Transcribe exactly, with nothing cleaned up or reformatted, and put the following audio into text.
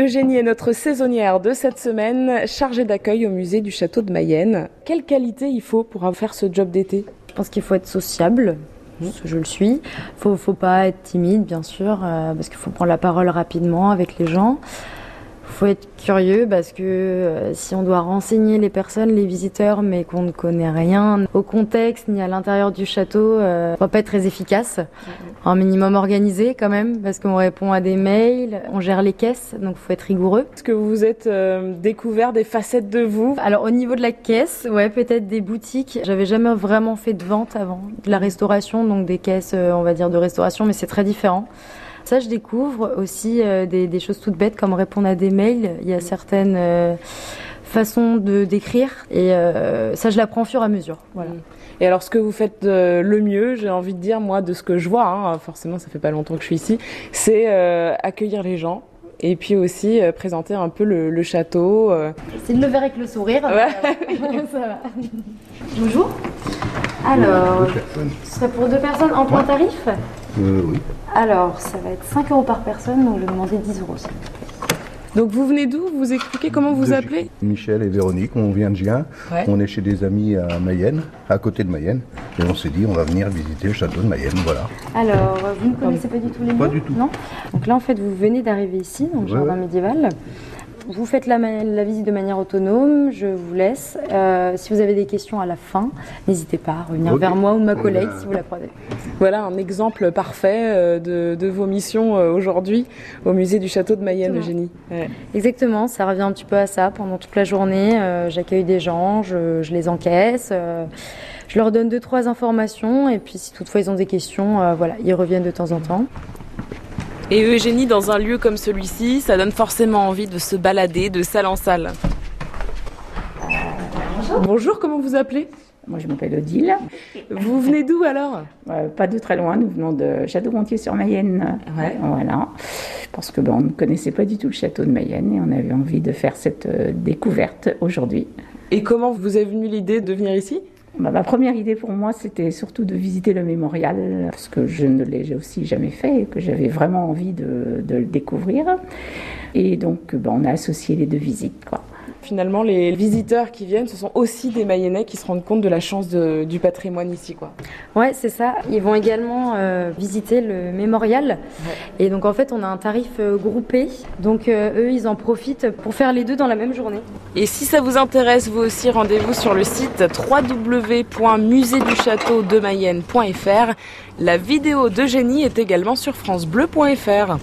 Eugénie est notre saisonnière de cette semaine, chargée d'accueil au musée du château de Mayenne. Quelle qualité il faut pour faire ce job d'été ? Je pense qu'il faut être sociable, parce que je le suis. Faut, faut pas être timide, bien sûr, euh, parce qu'il faut prendre la parole rapidement avec les gens. Il faut être curieux parce que euh, si on doit renseigner les personnes, les visiteurs, mais qu'on ne connaît rien au contexte ni à l'intérieur du château, euh, on va pas être très efficace. Un minimum organisé quand même, parce qu'on répond à des mails, on gère les caisses, donc il faut être rigoureux. Est-ce que vous vous êtes euh, découvert des facettes de vous ? Alors au niveau de la caisse, ouais, peut-être des boutiques. J'avais jamais vraiment fait de vente avant, de la restauration, donc des caisses, euh, on va dire de restauration, mais c'est très différent. Ça, je découvre aussi euh, des, des choses toutes bêtes comme répondre à des mails. Il y a certaines euh, façons de d'écrire et euh, ça, je l'apprends au fur et à mesure. Voilà. Et alors, ce que vous faites euh, le mieux, j'ai envie de dire, moi, de ce que je vois, hein, forcément, ça fait pas longtemps que je suis ici, c'est euh, accueillir les gens. Et puis aussi euh, présenter un peu le, le château. Euh. C'est de le faire avec le sourire. Ouais. Ça va. Bonjour. Alors, ce serait pour deux personnes en point tarif ? Euh, oui. Alors, ça va être cinq euros par personne, donc je vais demander dix euros. Donc vous venez d'où ? Vous expliquez comment vous vous appelez ? Michel et Véronique, on vient de Gien. Ouais. On est chez des amis à Mayenne, à côté de Mayenne. Et on s'est dit, on va venir visiter le château de Mayenne, voilà. Alors, vous ne connaissez pas du tout les lieux ? Pas du tout. Non ? Donc là, en fait, vous venez d'arriver ici, dans le Ouais, jardin ouais. médiéval. Vous faites la, la visite de manière autonome, je vous laisse. Euh, si vous avez des questions à la fin, n'hésitez pas à revenir Okay. vers moi ou ma collègue Euh... si vous la croisez. Voilà un exemple parfait de, de vos missions aujourd'hui au musée du château de Mayenne, Eugénie. Ouais. Exactement, ça revient un petit peu à ça. Pendant toute la journée, euh, j'accueille des gens, je, je les encaisse, euh, je leur donne deux, trois informations et puis si toutefois ils ont des questions, euh, voilà, ils reviennent de temps en temps. Et Eugénie, dans un lieu comme celui-ci, ça donne forcément envie de se balader de salle en salle. Euh, bonjour. Bonjour, comment vous appelez ? Moi, je m'appelle Odile. Vous venez d'où alors ? euh, Pas de très loin, nous venons de Château-Gontier-sur-Mayenne. Ouais. Voilà. Parce que ben, on ne connaissait pas du tout le château de Mayenne et on avait envie de faire cette euh, découverte aujourd'hui. Et comment vous est venue l'idée de venir ici ? Bah, ma première idée pour moi, c'était surtout de visiter le mémorial, parce que je ne l'ai aussi jamais fait et que j'avais vraiment envie de, de le découvrir. Et donc, bah, on a associé les deux visites, quoi. Finalement, les visiteurs qui viennent, ce sont aussi des Mayennais qui se rendent compte de la chance de, du patrimoine ici, quoi. Ouais, c'est ça. Ils vont également euh, visiter le mémorial. Ouais. Et donc, en fait, on a un tarif euh, groupé. Donc, euh, eux, ils en profitent pour faire les deux dans la même journée. Et si ça vous intéresse, vous aussi, rendez-vous sur le site w w w point musée du château de mayenne point f r. La vidéo d'Eugénie est également sur francebleu point f r.